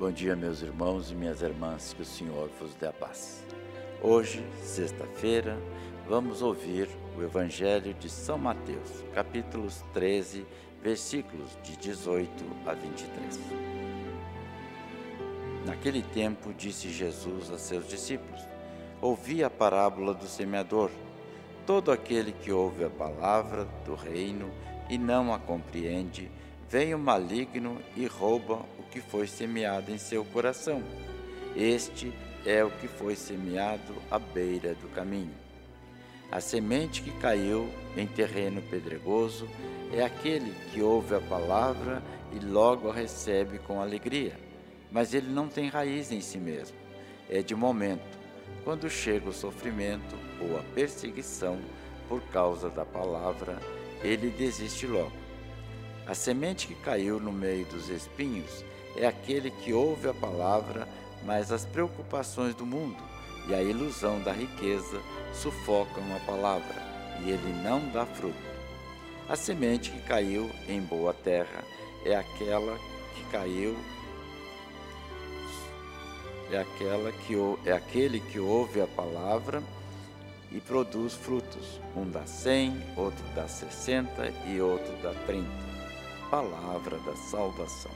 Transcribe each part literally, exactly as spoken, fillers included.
Bom dia, meus irmãos e minhas irmãs, que o Senhor vos dê a paz. Hoje, sexta-feira, vamos ouvir o Evangelho de São Mateus, capítulos treze, versículos de dezoito a vinte e três. Naquele tempo, disse Jesus a seus discípulos: ouvi a parábola do semeador. Todo aquele que ouve a palavra do reino e não a compreende, vem o maligno e rouba o que foi semeado em seu coração. Este é o que foi semeado à beira do caminho. A semente que caiu em terreno pedregoso é aquele que ouve a palavra e logo a recebe com alegria, mas ele não tem raiz em si mesmo. É de momento. Quando chega o sofrimento ou a perseguição por causa da palavra, ele desiste logo. A semente que caiu no meio dos espinhos é aquele que ouve a palavra, mas as preocupações do mundo e a ilusão da riqueza sufocam a palavra, e ele não dá fruto. A semente que caiu em boa terra é aquela que caiu é aquela que é aquele que ouve a palavra e produz frutos. Um dá cem, outro dá sessenta e outro dá trinta. Palavra da salvação.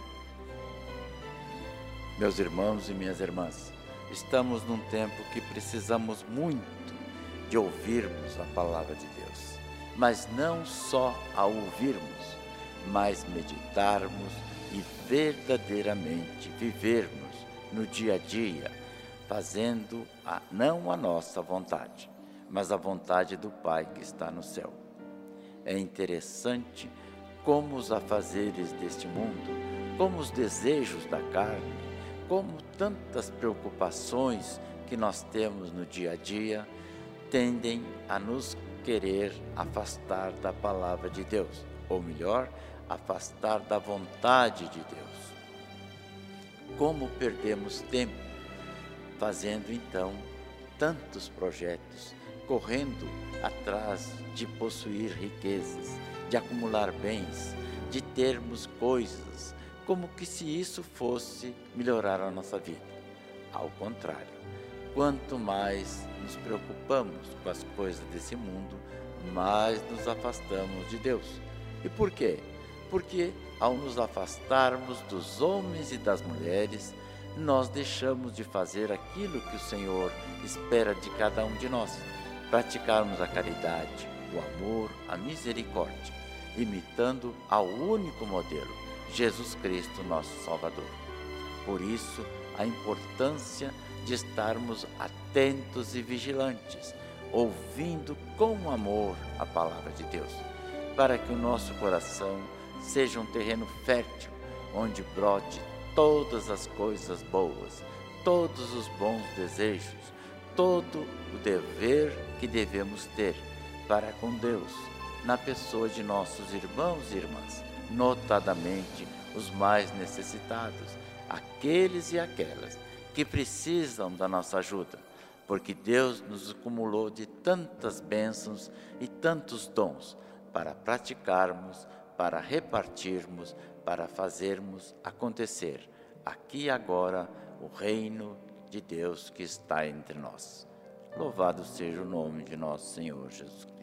Meus irmãos e minhas irmãs, estamos num tempo que precisamos muito de ouvirmos a palavra de Deus, mas não só a ouvirmos, mas meditarmos e verdadeiramente vivermos no dia a dia, fazendo a, não a nossa vontade, mas a vontade do Pai que está no céu. É interessante como os afazeres deste mundo, como os desejos da carne, como tantas preocupações que nós temos no dia a dia, tendem a nos querer afastar da palavra de Deus, ou melhor, afastar da vontade de Deus. Como perdemos tempo fazendo então tantos projetos, correndo atrás de possuir riquezas, de acumular bens, de termos coisas, como que se isso fosse melhorar a nossa vida. Ao contrário, quanto mais nos preocupamos com as coisas desse mundo, mais nos afastamos de Deus. E por quê? Porque ao nos afastarmos dos homens e das mulheres, nós deixamos de fazer aquilo que o Senhor espera de cada um de nós, praticarmos a caridade, o amor, a misericórdia, imitando ao único modelo, Jesus Cristo, nosso Salvador. Por isso, a importância de estarmos atentos e vigilantes, ouvindo com amor a palavra de Deus, para que o nosso coração seja um terreno fértil, onde brote todas as coisas boas, todos os bons desejos, todo o dever que devemos ter para com Deus, na pessoa de nossos irmãos e irmãs, notadamente os mais necessitados, aqueles e aquelas que precisam da nossa ajuda, porque Deus nos acumulou de tantas bênçãos e tantos dons para praticarmos, para repartirmos, para fazermos acontecer aqui e agora o reino de Deus que está entre nós. Louvado seja o nome de nosso Senhor Jesus Cristo.